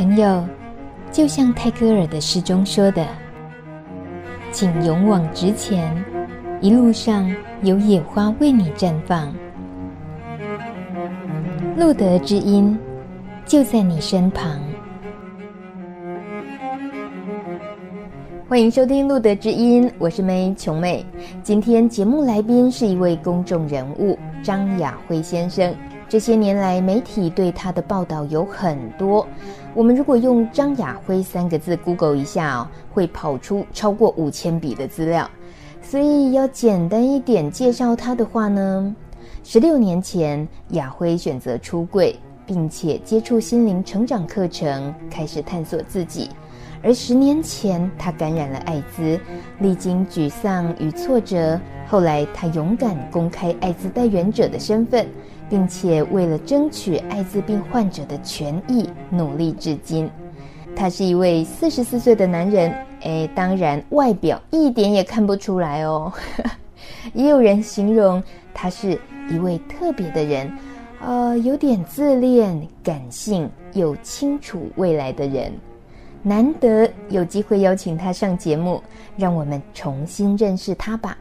朋友，就像泰戈尔的诗中说的，请勇往直前，一路上有野花为你绽放。路德之音就在你身旁。欢迎收听路德之音，我是琼妹。今天节目来宾是一位公众人物张亚辉先生。这些年来媒体对他的报道有很多，我们如果用张亚辉3个字 Google 一下会跑出超过5000笔的资料。所以要简单一点介绍他的话呢，16年前亚辉选择出柜，并且接触心灵成长课程，开始探索自己。而10年前他感染了艾滋，历经沮丧与挫折，后来他勇敢公开艾滋带源者的身份，并且为了争取艾滋病患者的权益努力至今。他是一位44岁的男人，当然外表一点也看不出来哦。也有人形容他是一位特别的人，有点自恋、感性又清楚未来的人。难得有机会邀请他上节目，让我们重新认识他吧。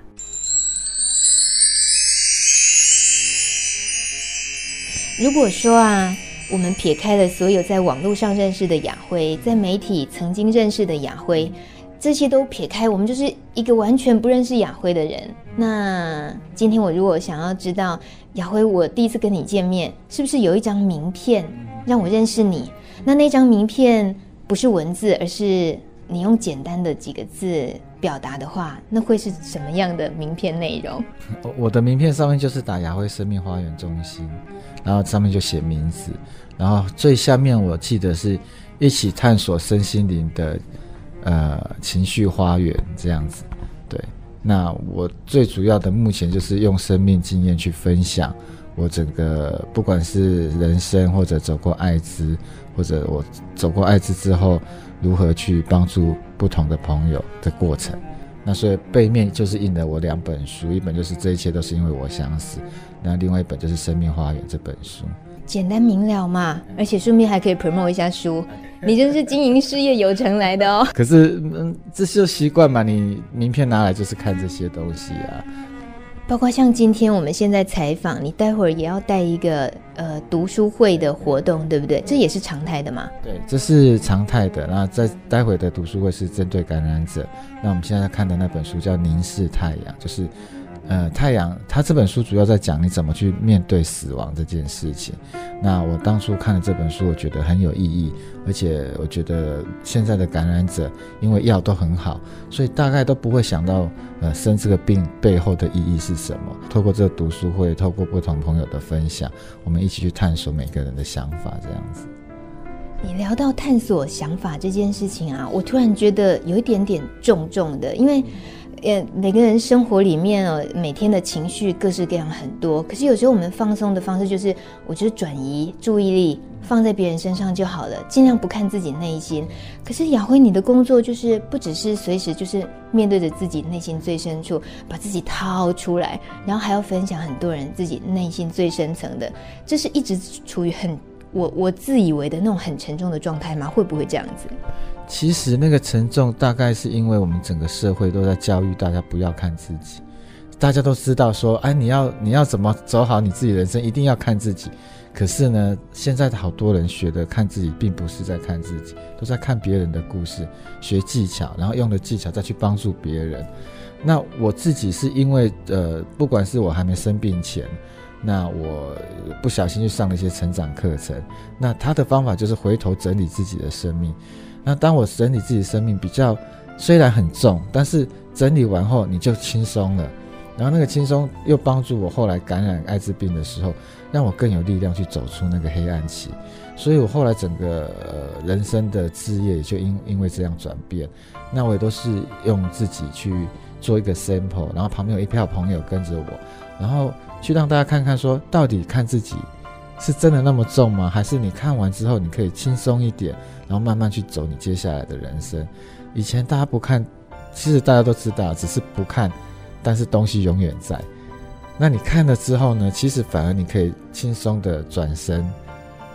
如果说我们撇开了所有在网络上认识的亚辉，在媒体曾经认识的亚辉，这些都撇开，我们就是一个完全不认识亚辉的人。那今天我如果想要知道亚辉，我第一次跟你见面是不是有一张名片让我认识你？那张名片不是文字，而是你用简单的几个字表达的话，那会是什么样的名片内容？ 我的名片上面就是打亚辉生命花园中心，然后上面就写名字，然后最下面我记得是一起探索身心灵的情绪花园这样子。对，那我最主要的目前就是用生命经验去分享我整个不管是人生，或者走过艾滋，或者我走过艾滋之后如何去帮助不同的朋友的过程。那所以背面就是印了我2本书，一本就是这一切都是因为我想死，那另外一本就是生命花园这本书。 简单明了嘛，而且顺便还可以 promote 一下书，你真是经营事业有成来的哦。 可是这就习惯嘛，你名片拿来就是看这些东西包括像今天我们现在采访你，待会儿也要带一个读书会的活动，对不对？这也是常态的嘛？ 对，这是常态的。那在待会的读书会是针对感染者。那我们现在看的那本书叫《凝视太阳》，就是太阳，它这本书主要在讲你怎么去面对死亡这件事情。那我当初看了这本书，我觉得很有意义，而且我觉得现在的感染者因为药都很好，所以大概都不会想到生这个病背后的意义是什么。透过这个读书会，透过不同朋友的分享，我们一起去探索每个人的想法这样子。 你聊到探索想法这件事情我突然觉得有一点点重的，因为每个人生活里面每天的情绪各式各样很多，可是有时候我们放松的方式就是我就是转移注意力放在别人身上就好了，尽量不看自己内心。可是亚辉你的工作就是不只是随时就是面对着自己内心最深处，把自己掏出来，然后还要分享很多人自己内心最深层的，这是一直处于我自以为的那种很沉重的状态吗？会不会这样子？ 其实那个沉重大概是因为我们整个社会都在教育大家不要看自己，大家都知道说你要怎么走好你自己人生一定要看自己。可是呢，现在好多人学的看自己并不是在看自己，都在看别人的故事，学技巧，然后用的技巧再去帮助别人。那我自己是因为不管是我还没生病前，那我不小心去上了一些成长课程，那他的方法就是回头整理自己的生命。那当我整理自己的生命比较虽然很重，但是整理完后你就轻松了，然后那个轻松又帮助我后来感染艾滋病的时候，让我更有力量去走出那个黑暗期。所以我后来整个人生的志业也就因为这样转变。那我也都是用自己去做一个 sample， 然后旁边有一票朋友跟着我，然后去让大家看看说到底看自己是真的那么重吗？还是你看完之后你可以轻松一点，然后慢慢去走你接下来的人生。以前大家不看，其实大家都知道，只是不看，但是东西永远在。那你看了之后呢，其实反而你可以轻松的转身，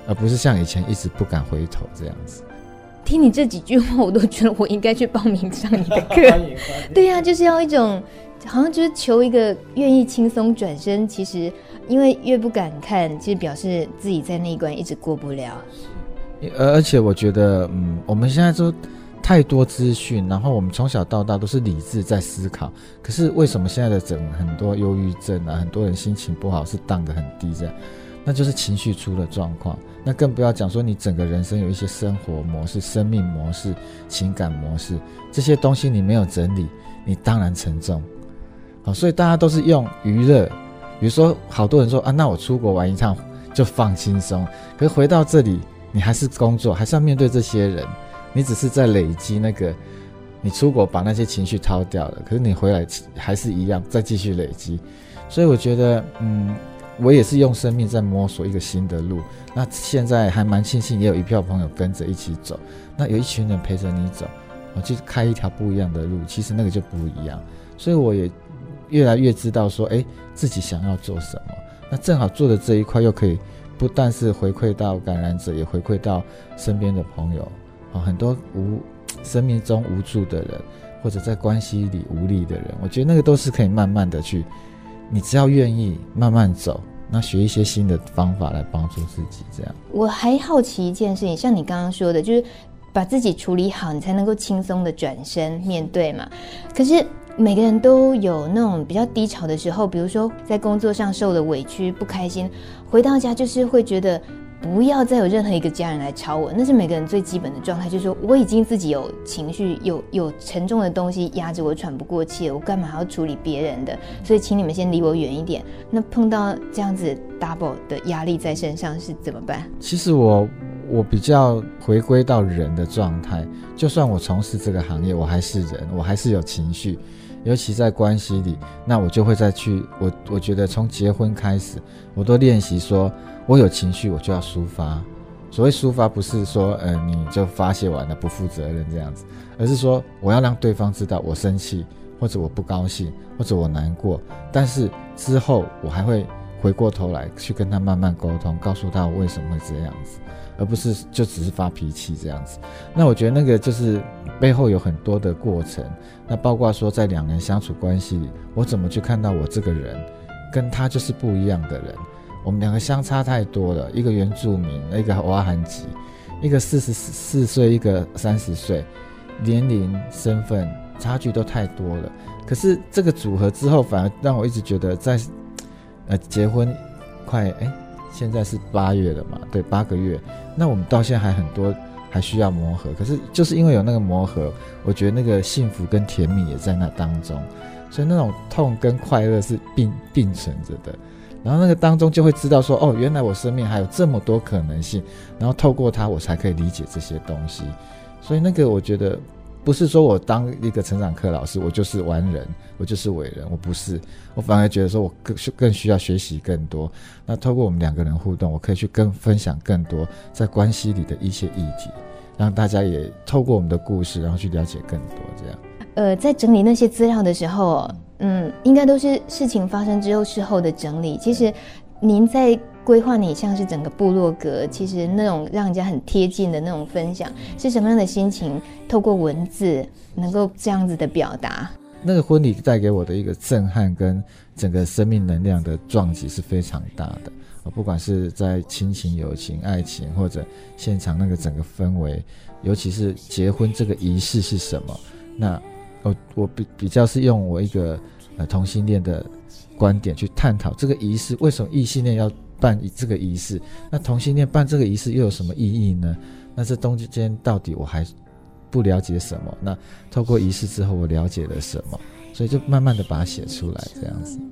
而不是像以前一直不敢回头这样子。 听你这几句话，我都觉得我应该去报名上你的课。 欢迎对呀，就是要一种好像就是求一个愿意轻松转身，其实因为越不敢看，其实表示自己在那一关一直过不了。 而且我觉得我们现在都太多资讯，然后我们从小到大都是理智在思考，可是为什么现在的很多忧郁症啊，很多人心情不好是荡得很低这样，那就是情绪出了状况。那更不要讲说你整个人生有一些生活模式、生命模式、情感模式，这些东西你没有整理，你当然沉重。好，所以大家都是用娱乐，比如说好多人说啊，那我出国玩一趟就放轻松，可是回到这里你还是工作，还是要面对这些人，你只是在累积那个，你出国把那些情绪掏掉了，可是你回来还是一样再继续累积。所以我觉得我也是用生命在摸索一个新的路，那现在还蛮庆幸也有一票朋友跟着一起走，那有一群人陪着你走，去开一条不一样的路，其实那个就不一样。所以我也越来越知道说自己想要做什么，那正好做的这一块又可以不但是回馈到感染者，也回馈到身边的朋友，很多生命中无助的人，或者在关系里无力的人，我觉得那个都是可以慢慢的去，你只要愿意慢慢走，那学一些新的方法来帮助自己这样。 我还好奇一件事情，像你刚刚说的，就是把自己处理好，你才能够轻松的转身面对嘛。可是每个人都有那种比较低潮的时候，比如说在工作上受了委屈不开心，回到家就是会觉得不要再有任何一个家人来吵我，那是每个人最基本的状态，就是说我已经自己有情绪，有沉重的东西压着我喘不过气了，我干嘛还要处理别人的？所以请你们先离我远一点。那碰到这样子 double 的压力在身上是怎么办？ 其实我比较回归到人的状态，就算我从事这个行业，我还是人，我还是有情绪，尤其在关系里，那我就会再去我觉得从结婚开始，我都练习说我有情绪我就要抒发。所谓抒发不是说你就发泄完了不负责任这样子，而是说我要让对方知道我生气，或者我不高兴，或者我难过，但是之后我还会回过头来去跟他慢慢沟通，告诉他我为什么会这样子，而不是就只是发脾气这样子。那我觉得那个就是背后有很多的过程，那包括说在两人相处关系里，我怎么去看到我这个人跟他就是不一样的人，我们两个相差太多了，一个原住民，一个瓦罕籍，一个44岁，一个30岁，年龄身份差距都太多了。可是这个组合之后反而让我一直觉得在结婚快现在是8月了嘛，对，8个月，那我们到现在还很多还需要磨合，可是就是因为有那个磨合，我觉得那个幸福跟甜蜜也在那当中，所以那种痛跟快乐是并存着的。然后那个当中就会知道说原来我生命还有这么多可能性，然后透过它我才可以理解这些东西。所以那个我觉得不是说我当一个成长课老师我就是完人，我就是伟人，我不是，我反而觉得说我更需要学习更多。那透过我们两个人互动，我可以去分享更多在关系里的一些议题，让大家也透过我们的故事然后去了解更多这样。 在整理那些资料的时候应该都是事情发生之后事后的整理。其实您在规划你像是整个部落格，其实那种让人家很贴近的那种分享，是什么样的心情？透过文字能够这样子的表达， 那个婚礼带给我的一个震撼跟整个生命能量的撞击是非常大的。不管是在亲情、友情、爱情，或者现场那个整个氛围，尤其是结婚这个仪式是什么，那我比较是用我一个同性恋的观点去探讨这个仪式，为什么异性恋要办这个仪式，那同性恋办这个仪式又有什么意义呢？那这中间到底我还不了解什么，那透过仪式之后我了解了什么，所以就慢慢的把它写出来这样子。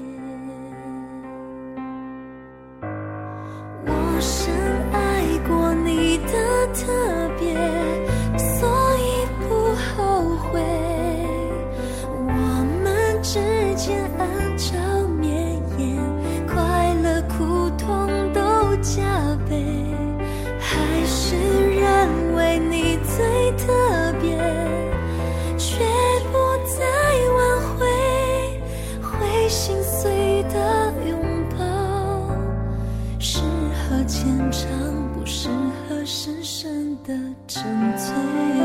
我深爱过你的特别，所以不后悔，我们之间暗潮绵延，快乐苦痛都加倍，还是认为你最特别，却不再挽回，灰心的沉醉。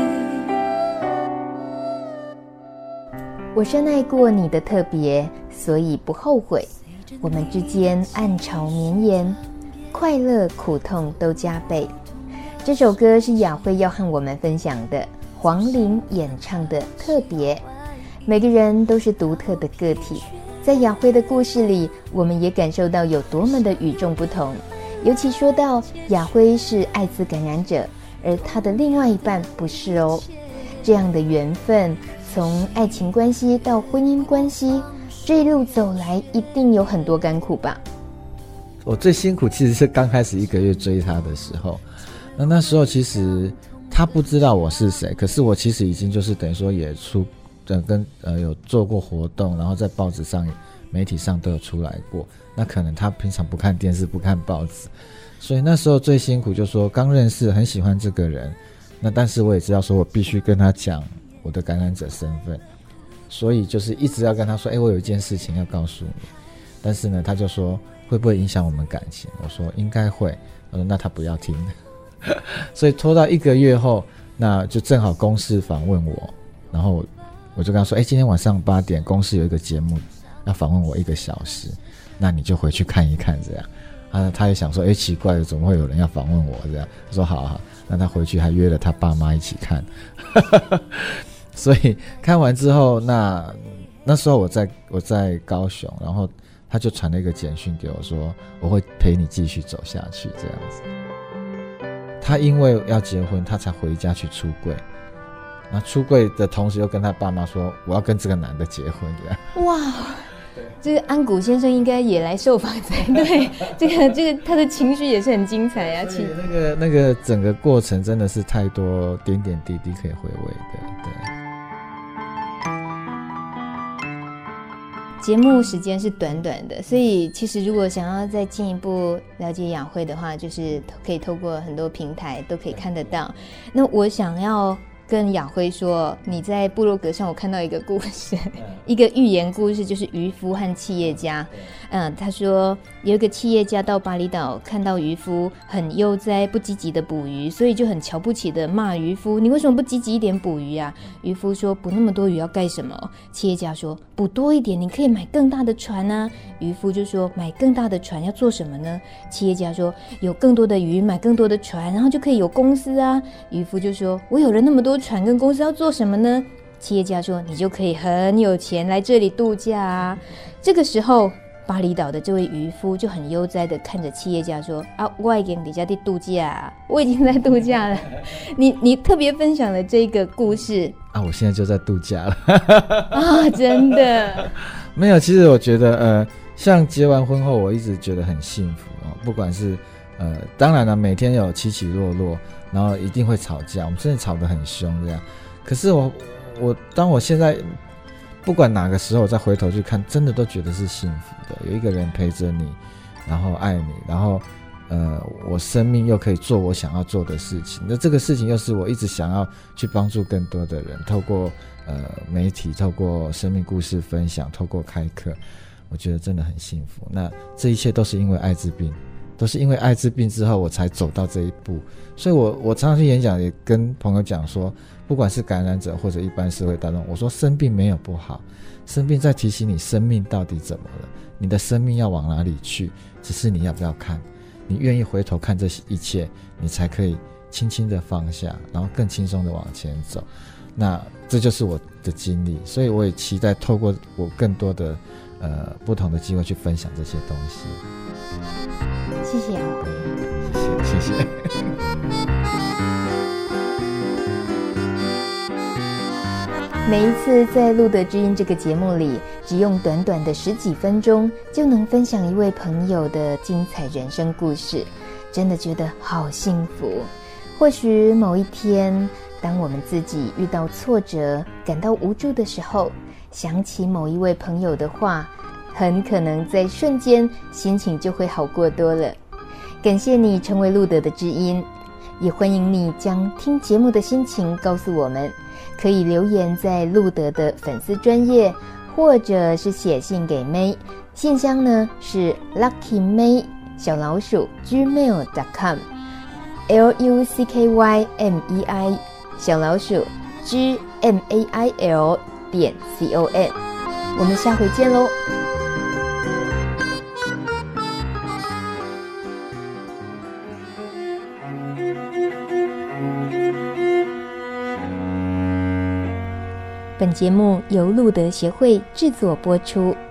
我深爱过你的特别，所以不后悔。我们之间暗潮绵延，快乐苦痛都加倍。这首歌是雅慧要和我们分享的，黄龄演唱的《特别》。每个人都是独特的个体，在雅慧的故事里，我们也感受到有多么的与众不同。尤其说到雅慧是艾滋感染者，而她的另外一半不是哦。这样的缘分，从爱情关系到婚姻关系，这一路走来一定有很多甘苦吧。 我最辛苦其实是刚开始1个月追他的时候，那时候其实他不知道我是谁，可是我其实已经就是等于说也有做过活动，然后在报纸上媒体上都有出来过。那可能他平常不看电视不看报纸，所以那时候最辛苦就是说刚认识很喜欢这个人，那但是我也知道说我必须跟他讲我的感染者身份，所以就是一直要跟他说我有一件事情要告诉你。但是呢他就说会不会影响我们感情，我说应该会，我说那他不要听所以拖到1个月后，那就正好公司访问我，然后我就跟他说今天晚上8点公司有一个节目要访问我1个小时，那你就回去看一看这样。他也想说奇怪了，怎么会有人要访问我这样。他说好，那他回去还约了他爸妈一起看所以看完之后，那时候我在高雄，然后他就传了一个简讯给我说我会陪你继续走下去这样子。他因为要结婚，他才回家去出柜，那出柜的同时又跟他爸妈说我要跟这个男的结婚这样。 哇，这个安谷先生应该也来受访才对这个他的情绪也是很精彩啊。 所以那个整个过程真的是太多点点滴滴可以回味的。对， 节目时间是短短的，所以其实如果想要再进一步了解雅慧的话，就是可以透过很多平台都可以看得到。那我想要跟雅慧说，你在部落格上我看到一个故事，一个寓言故事，就是渔夫和企业家。他说有一个企业家到巴厘岛，看到渔夫很悠哉不积极的捕鱼，所以就很瞧不起的骂渔夫，你为什么不积极一点捕鱼啊？渔夫说捕那么多鱼要干什么？企业家说捕多一点你可以买更大的船啊。渔夫就说买更大的船要做什么呢？企业家说有更多的鱼买更多的船，然后就可以有公司啊。渔夫就说我有了那么多船跟公司要做什么呢？企业家说你就可以很有钱来这里度假啊。这个时候巴厘岛的这位渔夫就很悠哉的看着企业家说我已经在这里度假我已经在度假了你特别分享了这个故事我现在就在度假了真的没有，其实我觉得像结完婚后我一直觉得很幸福不管是当然了每天有起起落落，然后一定会吵架，我们真的吵得很凶这样。可是当我现在不管哪个时候我再回头去看，真的都觉得是幸福的，有一个人陪着你，然后爱你，然后我生命又可以做我想要做的事情，那这个事情又是我一直想要去帮助更多的人，透过媒体，透过生命故事分享，透过开课，我觉得真的很幸福。那这一切都是因为艾滋病，都是因为艾滋病之后我才走到这一步。所以我常常去演讲也跟朋友讲说，不管是感染者或者一般社会大众，我说生病没有不好，生病在提醒你生命到底怎么了，你的生命要往哪里去，只是你要不要看，你愿意回头看这一切，你才可以轻轻的放下，然后更轻松的往前走。那这就是我的经历，所以我也期待透过我更多的不同的机会去分享这些东西。 谢谢杨辉， 谢谢。 每一次在路德之音这个节目里，只用短短的10几分钟就能分享一位朋友的精彩人生故事，真的觉得好幸福。或许某一天，当我们自己遇到挫折感到无助的时候，想起某一位朋友的话，很可能在瞬间心情就会好过多了。感谢你成为路德的知音，也欢迎你将听节目的心情告诉我们，可以留言在路德的粉丝专页，或者是写信给 May， 信箱呢是 luckymay@gmail.com。 LUCKYMEI 小老鼠 GMAIL.com。我们下回见喽。本节目由路德协会制作播出。